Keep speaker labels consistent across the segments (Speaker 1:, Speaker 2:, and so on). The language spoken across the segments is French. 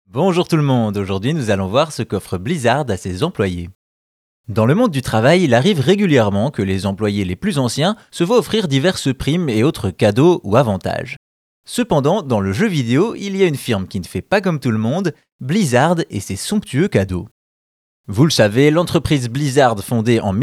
Speaker 1: Bonjour tout le monde, aujourd'hui nous allons voir ce qu'offre Blizzard à ses employés. Dans le monde du travail, il arrive régulièrement que les employés les plus anciens se voient offrir diverses primes et autres cadeaux ou avantages. Cependant, dans le jeu vidéo, il y a une firme qui ne fait pas comme tout le monde, Blizzard et ses somptueux cadeaux. Vous le savez, l'entreprise Blizzard fondée en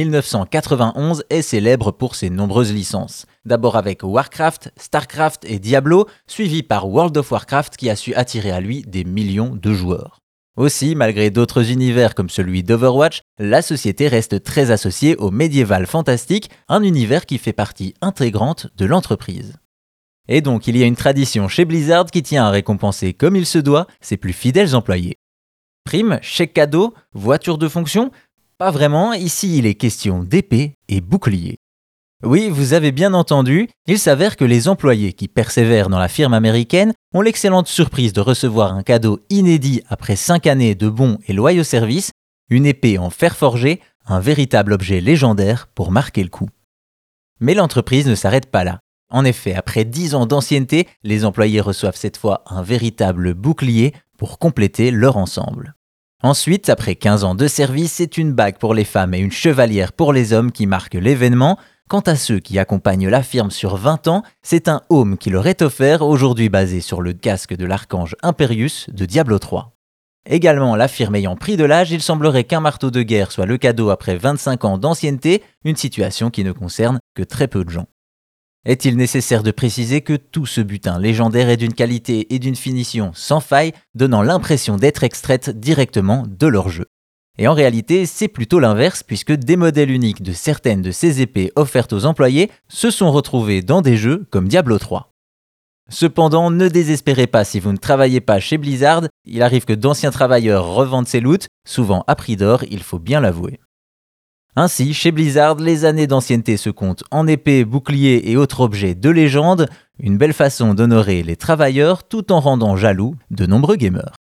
Speaker 1: 1991 est célèbre pour ses nombreuses licences. D'abord avec Warcraft, Starcraft et Diablo, suivi par World of Warcraft qui a su attirer à lui des millions de joueurs. Aussi, malgré d'autres univers comme celui d'Overwatch, la société reste très associée au médiéval fantastique, un univers qui fait partie intégrante de l'entreprise. Et donc, il y a une tradition chez Blizzard qui tient à récompenser comme il se doit ses plus fidèles employés. Prime, chèque cadeau, voiture de fonction? Pas vraiment, ici il est question d'épée et bouclier. Oui, vous avez bien entendu, il s'avère que les employés qui persévèrent dans la firme américaine ont l'excellente surprise de recevoir un cadeau inédit après 5 années de bons et loyaux services, une épée en fer forgé, un véritable objet légendaire pour marquer le coup. Mais l'entreprise ne s'arrête pas là. En effet, après 10 ans d'ancienneté, les employés reçoivent cette fois un véritable bouclier pour compléter leur ensemble. Ensuite, après 15 ans de service, c'est une bague pour les femmes et une chevalière pour les hommes qui marquent l'événement. Quant à ceux qui accompagnent la firme sur 20 ans, c'est un home qui leur est offert, aujourd'hui basé sur le casque de l'archange Imperius de Diablo 3. Également, la firme ayant pris de l'âge, il semblerait qu'un marteau de guerre soit le cadeau après 25 ans d'ancienneté, une situation qui ne concerne que très peu de gens. Est-il nécessaire de préciser que tout ce butin légendaire est d'une qualité et d'une finition sans faille, donnant l'impression d'être extraite directement de leur jeu. Et en réalité, c'est plutôt l'inverse puisque des modèles uniques de certaines de ces épées offertes aux employés se sont retrouvés dans des jeux comme Diablo 3. Cependant, ne désespérez pas si vous ne travaillez pas chez Blizzard, il arrive que d'anciens travailleurs revendent ces loots, souvent à prix d'or, il faut bien l'avouer. Ainsi, chez Blizzard, les années d'ancienneté se comptent en épées, boucliers et autres objets de légende, une belle façon d'honorer les travailleurs tout en rendant jaloux de nombreux gamers.